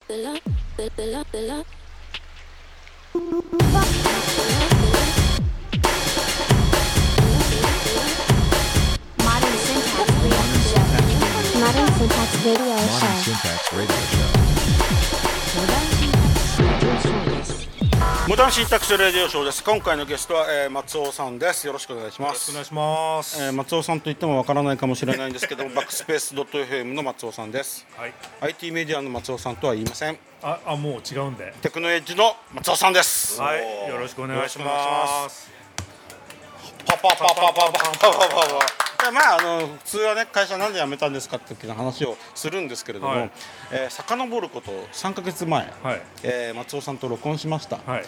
モダンシンタクスレディオショーです。今回のゲストは、松尾さんです。よろしくお願いします。 よろしくお願いします。 松尾さんと言ってもわからないかもしれないんですけどバックスペース .fm の松尾さんです、 はい、 IT メディアの松尾さんとは言いません。 もう違うんでテクノエッジの松尾さんです。 はい、よろしくお願いします。 パパパパパパパパパまあ普通はね会社なんで辞めたんですかっていう話をするんですけれども、はい、遡ること3ヶ月前、はい、松尾さんと録音しました、はい、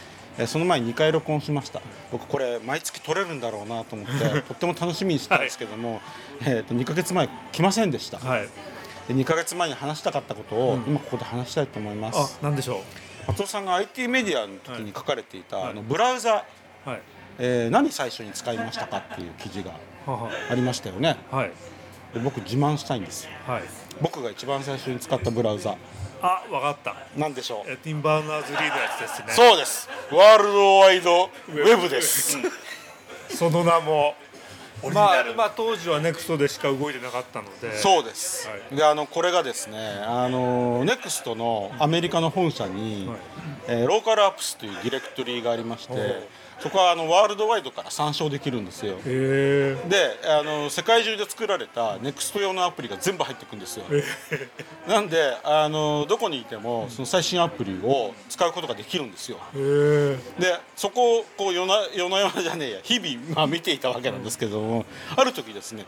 その前2回録音しました。僕これ毎月撮れるんだろうなと思ってとっても楽しみにしてたんですけども、はい、2ヶ月前来ませんでした、はい、で2ヶ月前に話したかったことを今ここで話したいと思います。 何でしょう。 松尾さんが IT メディアの時に書かれていた、ブラウザ、はい、何最初に使いましたかっていう記事がありましたよね、はい、で僕自慢したいんです、はい、僕が一番最初に使ったブラウザ分かった。 何でしょう。 ティンバーナーズリーのやつですね。 そうです。ワールドワイドウェブですその名も当時はネクストでしか動いてなかったので。 そうです、はい、でこれがですねネクストのアメリカの本社に、はい、ローカルアップスというディレクトリがありまして、そこはワールドワイドから参照できるんですよ。で世界中で作られたネクスト用のアプリが全部入ってくるんですよ。なんでどこにいてもその最新アプリを使うことができるんですよ。でそこをこう夜なじゃねえや日々、見ていたわけなんですけども、ある時ですね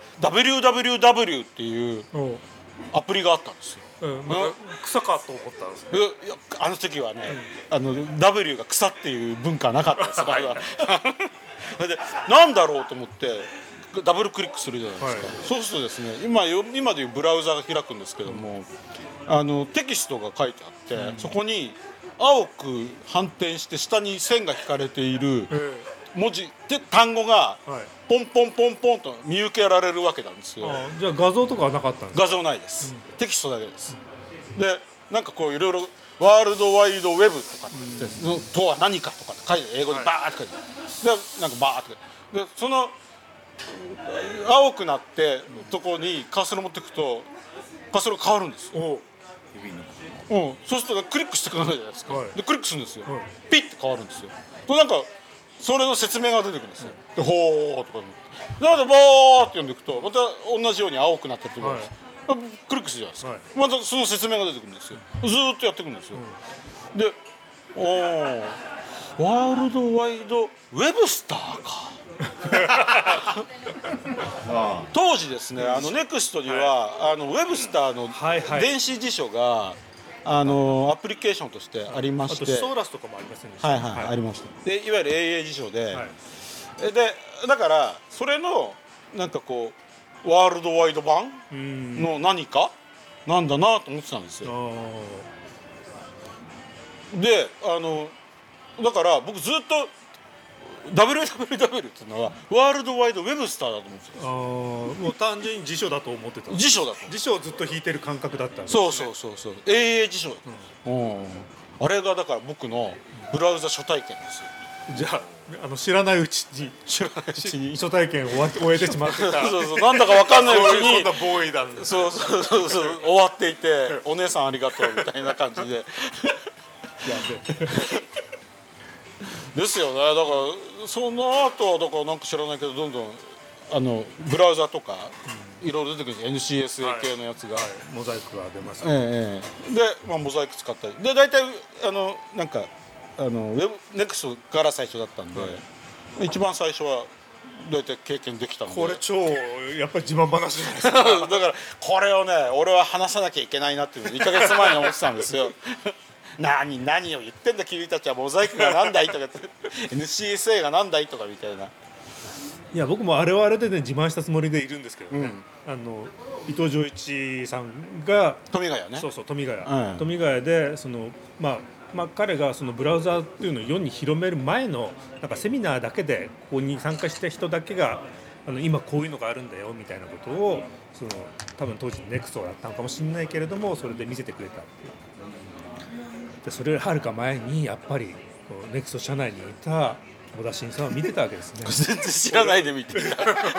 WWW っていうアプリがあったんですよ。 草かと思ったんですね。 いやあの時はね、W が草っていう文化はなかったです。でなんだろうと思ってダブルクリックするじゃないですか、はい、そうするとですね今でいうブラウザが開くんですけども、テキストが書いてあって、そこに青く反転して下に線が引かれている文字で単語がポンポンポンポンと見受けられるわけなんですよ。 じゃあ画像とかはなかったんですか。 画像ないです、テキストだけです。でなんかこういろいろワールドワイドウェブとかってとは何かとか書いて英語でバーって書いてでなんかバーってでその青くなってとこにカーソル持っていくとカーソルが変わるんですよ。そうするとクリックしてくださいじゃないですか、はい、でクリックするんですよ、はい、ピッて変わるんですよ。となんかそれの説明が出てくるんですよ。でほーとかなのでバーって読んでいくとまた同じように青くなってくるんです、はい、クリックするじゃないですか、はい、またその説明が出てくるんですよ。ずーっとやってくるんですよ、でワールドワイドウェブスターか当時ですねネクストにはウェブスターの電子辞書がアプリケーションとしてありまして、 あとソーラスとかもありませんでした。 はいはい、ありました。でいわゆる AA 辞書で、でだからそれのなんかこうワールドワイド版の何かなんだなと思ってたんですよ。でだから僕ずっと WWW っていうのはワールドワイドウェブスターだと思ってたんですよ。 もう単純に辞書だと思ってた。 辞書だと。辞書をずっと引いてる感覚だったんですね。 そう AA 辞書だった、あれがだから僕のブラウザ初体験ですよ。 じゃあ知らないうちに初体験を終えてしまってたそうなんだか分かんないうちにそんなボーイなんです。 そう終わっていてお姉さんありがとうみたいな感じでですよね。だからその後はだからなんか知らないけどどんどんブラウザとかいろいろ出てくるんです NCSA 系のやつが、 モザイクが出ますね、 で、モザイク使ったりで大体なんかウェブネクストから最初だったんで、一番最初は大体経験できたんで、 これ超やっぱり自慢話じゃないですかだからこれをね俺は話さなきゃいけないなっていうのを1ヶ月前に思ってたんですよ何を言ってんだ君たちはモザイクがなんだいとかNCSA がなんだいとかみたいな。 いや僕もあれはあれでね自慢したつもりでいるんですけどね、伊藤浄一さんが富ヶ谷ね。 そう富ヶ谷、富ヶ谷でその彼がそのブラウザっていうのを世に広める前のなんかセミナーだけでここに参加した人だけが今こういうのがあるんだよみたいなことを多分当時ネクストだったのかもしれないけれどもそれで見せてくれたっていう。 でそれよりはるか前にやっぱりこうネクスト社内にいた小田慎さんを見てたわけですね。 全然知らないで見てた知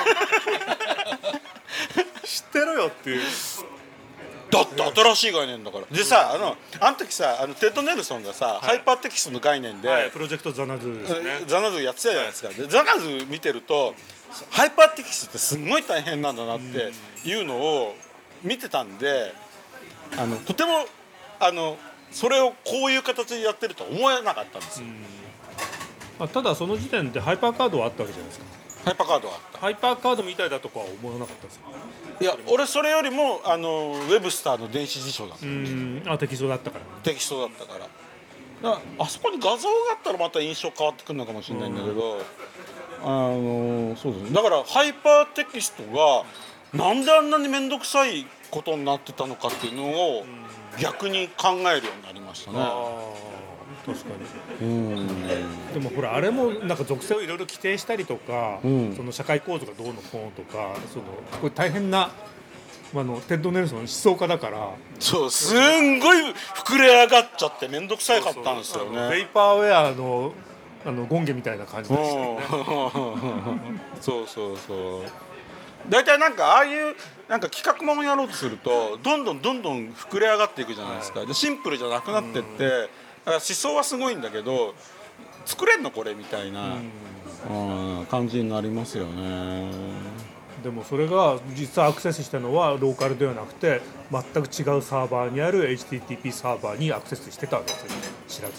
ってるよっていう。 だって新しい概念だからでさあの時さテッド・ネルソンがさ、ハイパーテキストの概念で、 プロジェクトザナズですね。 ザナズやってたじゃないですか、でザナズ見てるとハイパーテキストってすごい大変なんだなっていうのを見てたんでとてもそれをこういう形でやってるとは思えなかったんですよ。 ただその時点でハイパーカードはあったわけじゃないですか。 ハイパーカードがあったハイパーカードみたいだとかは思わなかったですか。 いや俺それよりもウェブスターの電子辞書だったテキストだったから、 テキストだったからあそこに画像があったらまた印象変わってくるのかもしれないんだけどそうですね、だからハイパーテキストがなんであんなに面倒くさいことになってたのかっていうのを逆に考えるようになりましたね。 確かに。でもほらあれもなんか属性をいろいろ規定したりとか、その社会構造がどうのこうのとかこれ大変な、テッド・ネルソン思想家だからそうすんごい膨れ上がっちゃって面倒くさかったんですよね。 ベイパーウェアのゴンゲみたいな感じでしたよね。 そう大体なんかああいうなんか企画ものやろうとするとどんどん膨れ上がっていくじゃないですか。でシンプルじゃなくなってって、だから思想はすごいんだけど作れんのこれみたいな、感じになりますよね。 でもそれが実はアクセスしたのはローカルではなくて全く違うサーバーにある HTTP サーバーにアクセスしてたわけですよね。知らず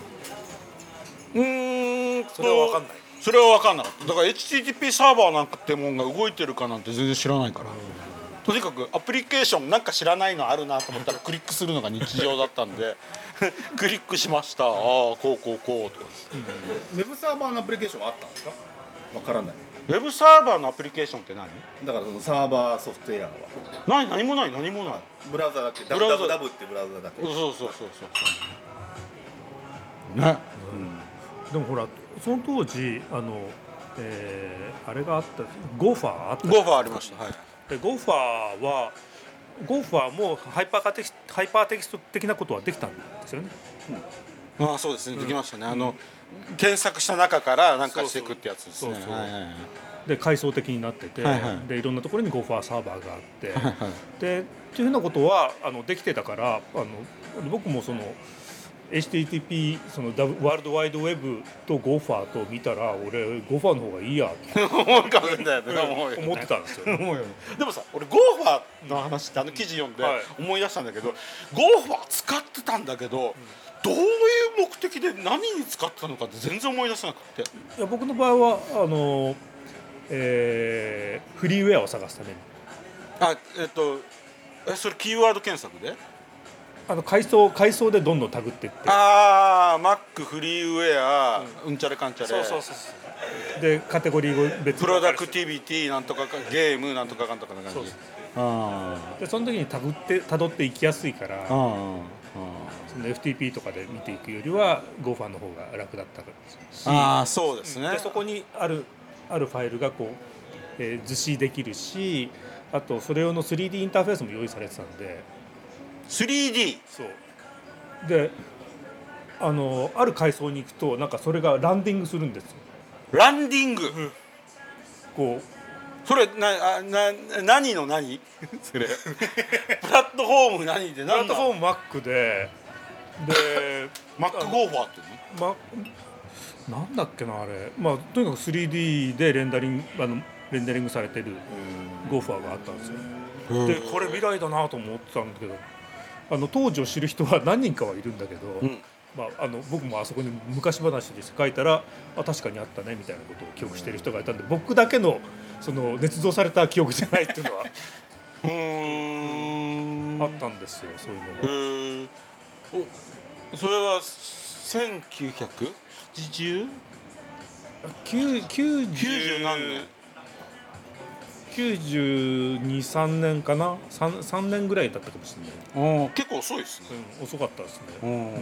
それは分かんない。 それは分かんなかった。だから HTTP サーバーなんかってもんが動いてるかなんて全然知らないから、とにかくアプリケーションなんか知らないのあるなと思ったらクリックするのが日常だったんでクリックしました。こうとか、 ウェブサーバーのアプリケーションはあったんですか。わからない。 ウェブサーバーのアプリケーションって何？ だからそのサーバーソフトウェアは何もない。 ブラウザだけ。 ブラウザダブってブラウザだけ。 そうね、 でもほらその当時あれがあったゴーファーあった。 ゴーファーありました。はい。 でゴーファーもハイパーテキスト的なことはできたんですよね。 そうですね、できましたね。検索した中から何かしていくってやつですね。 で階層的になってて、でいろんなところにゴーファーサーバーがあって、でっていうふうなことはできてたから僕もその HTTP そのワールドワイドウェブとゴーファーと見たら俺ゴーファーの方がいいやって思ってたんですよ。 でもさ俺ゴーファーの話って記事読んで思い出したんだけど、ゴーファー使ってたんだけど、どういう目的で何に使ってたのかって全然思い出せなくて。 いや僕の場合はフリーウェアを探すために。 それキーワード検索で階層でどんどんタグっていって、 Mac フリーウェア、うんちゃれかんちゃれ、 でカテゴリーを別にプロダクティビティなんとかゲームなんとかかんとかな感じで、その時にたどっていきやすいから、その FTP とかで見ていくよりは ゴーファーの方が楽だったし、 そうですね。 でそこにあるファイルがこう、図示できるし、あとそれ用の 3D インターフェースも用意されてたんで。 3D そうである階層に行くとなんかそれがランディングするんですよ。 ランディング、 こうそれ何の何それプラットフォーム何でプラットフォーム Mac で Mac ゴーファーってなんだっけなあれ、とにかく 3D でレンダリングされてるゴーファーがあったんですよ。でこれ未来だなと思ってたんだけど、当時を知る人は何人かはいるんだけど、僕もあそこに昔話で書いたら確かにあったねみたいなことを記憶している人がいたんで、僕だけのその捏造された記憶じゃないっていうのはあったんですよ、そういうのが。 それは1980？ 90何年 92、3年かな 3年ぐらいだったかもしれない。 結構遅いですね。 遅かったですね。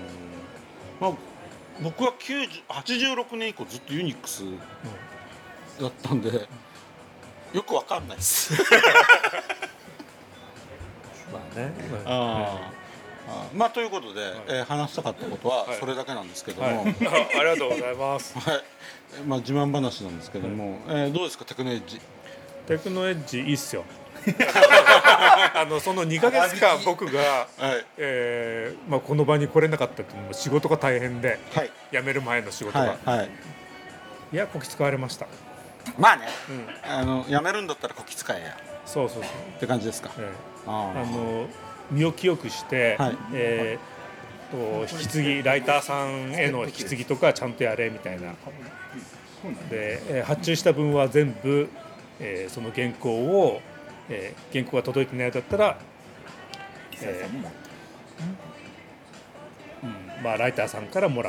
僕は86年以降ずっとユニックスだったんで、よくわかんないですまあということで、話したかったことはそれだけなんですけども、 はい、ありがとうございます。 はい、まあ自慢話なんですけども、どうですかテクノエッジ。 テクノエッジいいっすよ。その2ヶ月間僕が、まあ、この場に来れなかったっていうのも仕事が大変で、 はい、 辞める前の仕事が、いやこき使われました。 まあね、辞めるんだったらこき使えや。 そうって感じですか。 身を清くして、引き継ぎライターさんへの引き継ぎとかちゃんとやれみたいなで、発注した分は全部、その原稿が届いてないだったら、まあ、ライターさんからもらって、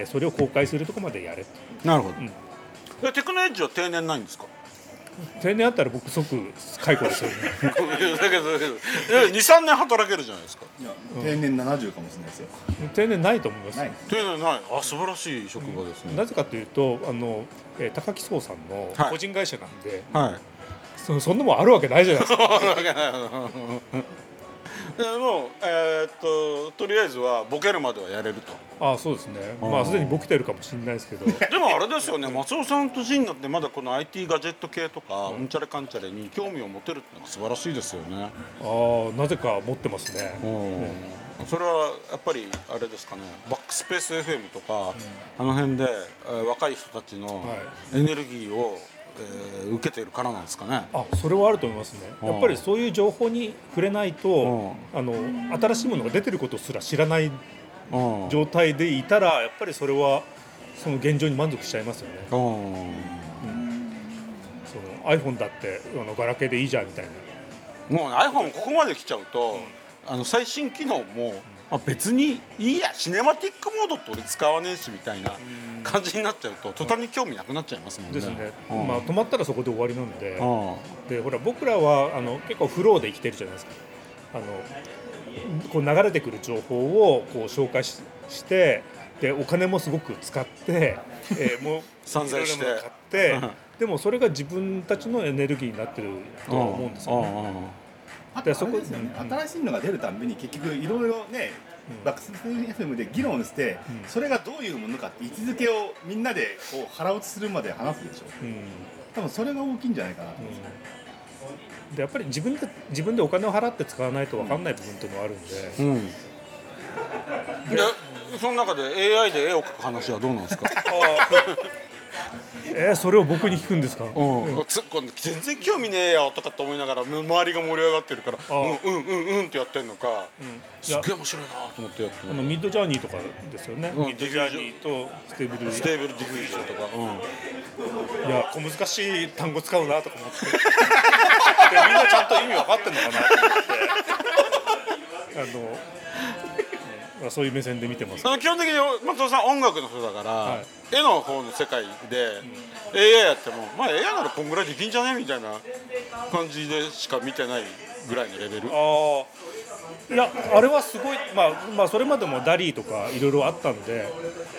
それを公開するところまでやれと。 なるほど、テクノエッジは定年ないんですか。 定年あったら僕即解雇ですよね。 だけど 2,3 年働けるじゃないですか。 いや定年70かもしれないですよ。 定年ないと思います。 定年ない。素晴らしい職場ですね。 なぜかというと高木壮さんの個人会社なんで、そんなもんあるわけないじゃないですか。 もうとりあえずはボケるまではやれると。 そうですね。まあすでにボケてるかもしれないですけど。でもあれですよね、松尾さんと陣になってまだこの IT ガジェット系とかうんちゃれかんちゃれに興味を持てるってのが素晴らしいですよね。 なぜか持ってますね。 それはやっぱりあれですかね、バックスペース FM とか、あの辺で若い人たちのエネルギーを受けているからなんですかね。 それはあると思いますね。やっぱりそういう情報に触れないと、新しいものが出てることすら知らない状態でいたら、やっぱりそれはその現状に満足しちゃいますよね。その iPhone だってガラケーでいいじゃんみたいな。もう iPhone ここまで来ちゃうと、最新機能も別にいいや、シネマティックモードって俺使わねえしみたいな感じになっちゃうと途端に興味なくなっちゃいますもんね。 ですね。まあ止まったらそこで終わりなんで、でほら僕らは結構フローで生きてるじゃないですか。こう流れてくる情報をこう紹介して、でお金もすごく使って、もう散財して買って、でもそれが自分たちのエネルギーになってるとは思うんですよね。 あとそこですよね、新しいのが出るたびに結局いろいろね、バックスペース FM で議論して、それがどういうものかって位置づけをみんなでこう腹落ちするまで話すでしょ。多分それが大きいんじゃないかなと思うんですよ。 でやっぱり自分でお金を払って使わないと分かんない部分っていうのがあるんで、 でその中で AI で絵を描く話はどうなんですか。 それを僕に聞くんですか。 全然興味ねえよとかって思いながら周りが盛り上がってるからうんってやってんのか、すっげえ面白いなと思ってやってる。 ミッドジャーニーとかですよね。ミッドジャーニーとステーブルディフュージョンとか、いや小難しい単語使うなとか思ってでみんなちゃんと意味分かってんのかなと思ってそういう目線で見てます。 基本的に松尾さん音楽の人だから、絵の方の世界で AI やってもまあ AI ならこんぐらいできんじゃねみたいな感じでしか見てないぐらいのレベル。 いやあれはすごい、まあそれまでもダリーとかいろいろあったんで、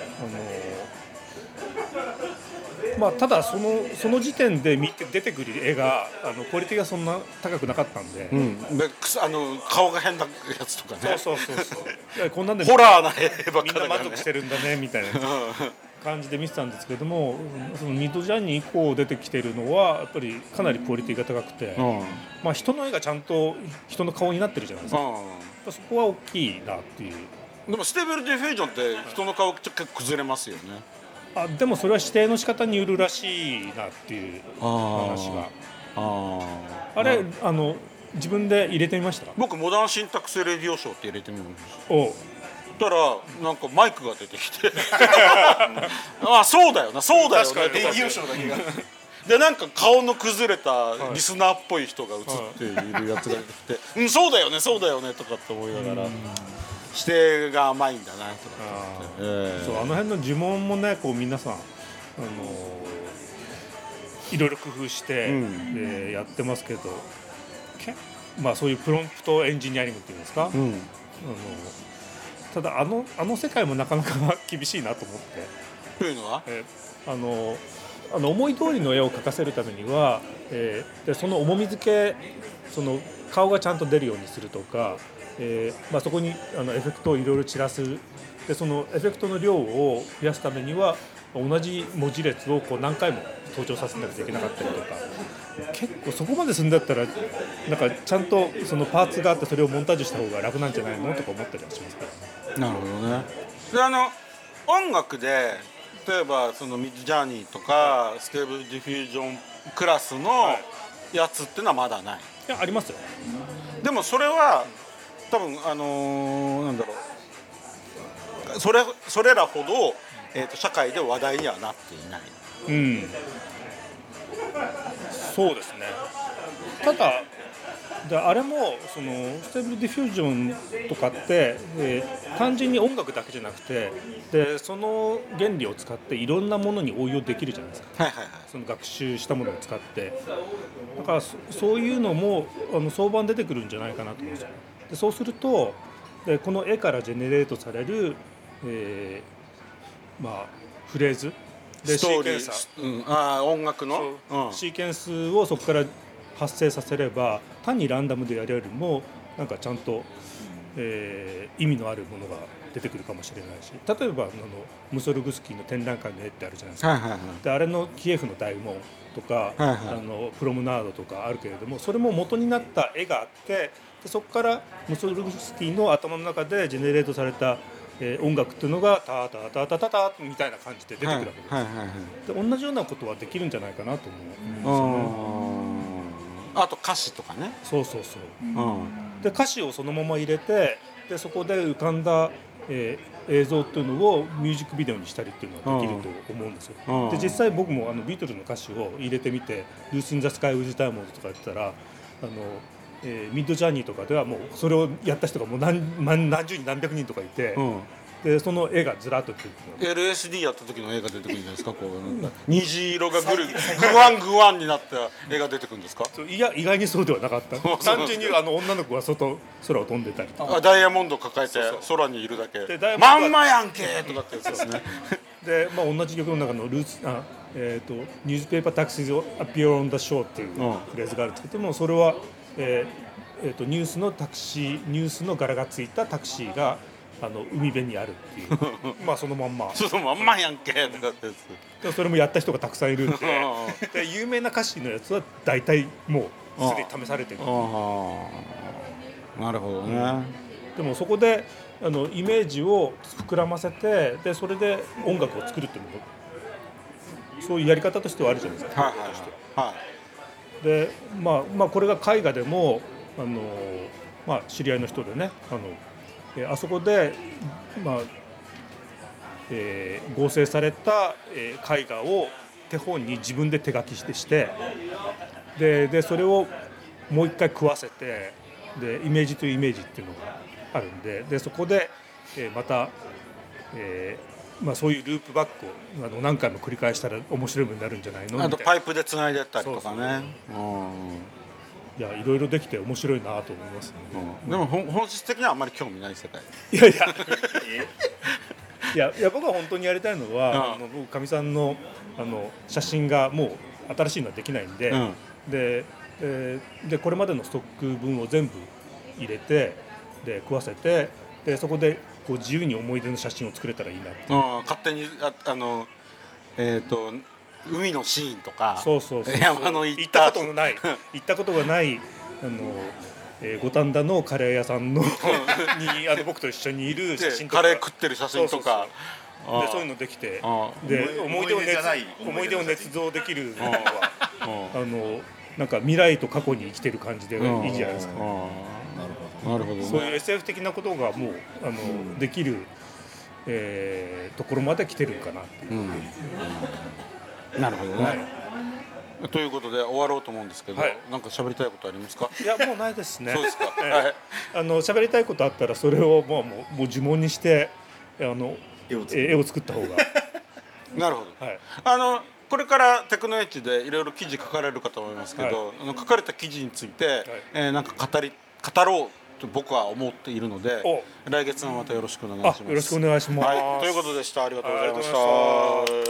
まあ、ただその時点で出てくる絵がクオリティがそんな高くなかったんで、 で顔が変なやつとかね。 そうこんなんでホラーな絵ばっかりみんな満足してるんだねみたいな感じで見てたんですけども、そのミッドジャーニー以降出てきてるのはやっぱりかなりクオリティが高くて、まあ、人の絵がちゃんと人の顔になってるじゃないですか。そこは大きいなっていう。 でもステーブルディフュージョンって人の顔結構崩れますよね。 でもそれは指定の仕方によるらしいなっていう話が。あれ自分で入れてみました。 僕モダンシンタクスレディオショーって入れてみました。たらなんかマイクが出てきてそうだよなそうだよねレディオショーだけがでなんか顔の崩れたリスナーっぽい人が映っているやつが出てきてそうだよねそうだよねとかって思いながら指定が甘いんだなとかってそうあの辺の呪文もねこう皆さんいろいろ工夫して、やってますけど、まあそういうプロンプトエンジニアリングっていうんですか、ただあの世界もなかなか厳しいなと思って。 というのは、 思い通りの絵を描かせるためには、でその重み付けその顔がちゃんと出るようにするとか、 そこにエフェクトをいろいろ散らす。でそのエフェクトの量を増やすためには同じ文字列をこう何回も登場させなきゃいけなかったりとか、結構そこまでするんだったらなんかちゃんとそのパーツがあってそれをモンタージュした方が楽なんじゃないのとか思ったりはしますからね。 なるほどね。で音楽で例えばそのミッドジャーニーとかステーブルディフュージョンクラスのやつっていうのはまだない。 いやありますよ。 でもそれは多分なんだろう、それらほど、社会で話題にはなっていない。 そうですね。ただあれもそのステーブルディフュージョンとかって、単純に音楽だけじゃなくてでその原理を使っていろんなものに応用できるじゃないですか。その学習したものを使ってだからそういうのも相場に出てくるんじゃないかなと思うんですよ。でそうするとこの絵からジェネレートされる、フレーズでストーリー、音楽の、 シーケンスをそこから発生させれば単にランダムでやるよりもなんかちゃんと、意味のあるものが出てくるかもしれないし、例えばムソルグスキーの展覧会の絵ってあるじゃないですか、であれのキエフの大門とか、プロムナードとかあるけれども、それも元になった絵があってでそこからムソルグスキーの頭の中でジェネレートされた音楽っていうのがタタタタタタみたいな感じで出てくるわけです。で同じようなことはできるんじゃないかなと思うんですよね。 あと歌詞とかね。 そう、で歌詞をそのまま入れてでそこで浮かんだ、映像っていうのをミュージックビデオにしたりっていうのができると思うんですよ。で実際僕もビートルズの歌詞を入れてみて「ルース・イン・ザ・スカイ・ウィズ・ダイヤモンド」とか言ったらミッドジャーニーとかではもうそれをやった人がもう何十人何百人とかいて、でその絵がずらっと出てくる。 LSD やった時の絵が出てくるんじゃないですか。こう虹色がぐわんになった絵が出てくるんですか。 いや意外にそうではなかった。単純に女の子が空を飛んでたりとか、 ダイヤモンド抱えて空にいるだけでまんまやんけとかってやつですね。 で、同じ曲の中のニュースペーパータクシーを appear on the shore っていうフレーズがあるんですけども、それは、ニュースの柄がついたタクシーが海辺にあるっていうそのまんまそのまんまやんけとかってやつ。それもやった人がたくさんいるんでで有名な歌詞のやつは大体もうすでに試されてる。 なるほどね。 でもそこでイメージを膨らませてでそれで音楽を作るっていうのもそういうやり方としてはあるじゃないですか。でこれが絵画でも知り合いの人でねあそこで、合成された、絵画を手本に自分で手書きしてでそれをもう一回食わせてでイメージとイメージっていうのがあるんでそこで、また、そういうループバックを何回も繰り返したら面白いものになるんじゃないのみたいな。 あとパイプでつないでったりとかね。 いやいろいろできて面白いなと思いますね。 でも本質的にはあんまり興味ない世界。 いや僕は本当にやりたいのは、僕かみさんの写真がもう新しいのはできないんで、でこれまでのストック分を全部入れてで食わせてでそこでこう自由に思い出の写真を作れたらいいなって。 勝手に海のシーンとか山の行ったことがない五反田のカレー屋さんのに僕と一緒にいる写真とかカレー食ってる写真とかでそういうのできてで思い出を捏造できるのはなんか未来と過去に生きてる感じでいいじゃないですか。 なるほどね。 そういう SF 的なことがもうできるところまで来てるかなっていう。 なるほどね。ということで終わろうと思うんですけど、なんか喋りたいことありますか？ いやもうないですね。 そうですか。 喋りたいことあったらそれをもう呪文にして絵を作った方が。 なるほど。これからテクノエッジでいろいろ記事書かれるかと思いますけど、書かれた記事についてなんか語ろうと僕は思っているので、来月もまたよろしくお願いします。 よろしくお願いします。 ということでした。ありがとうございました。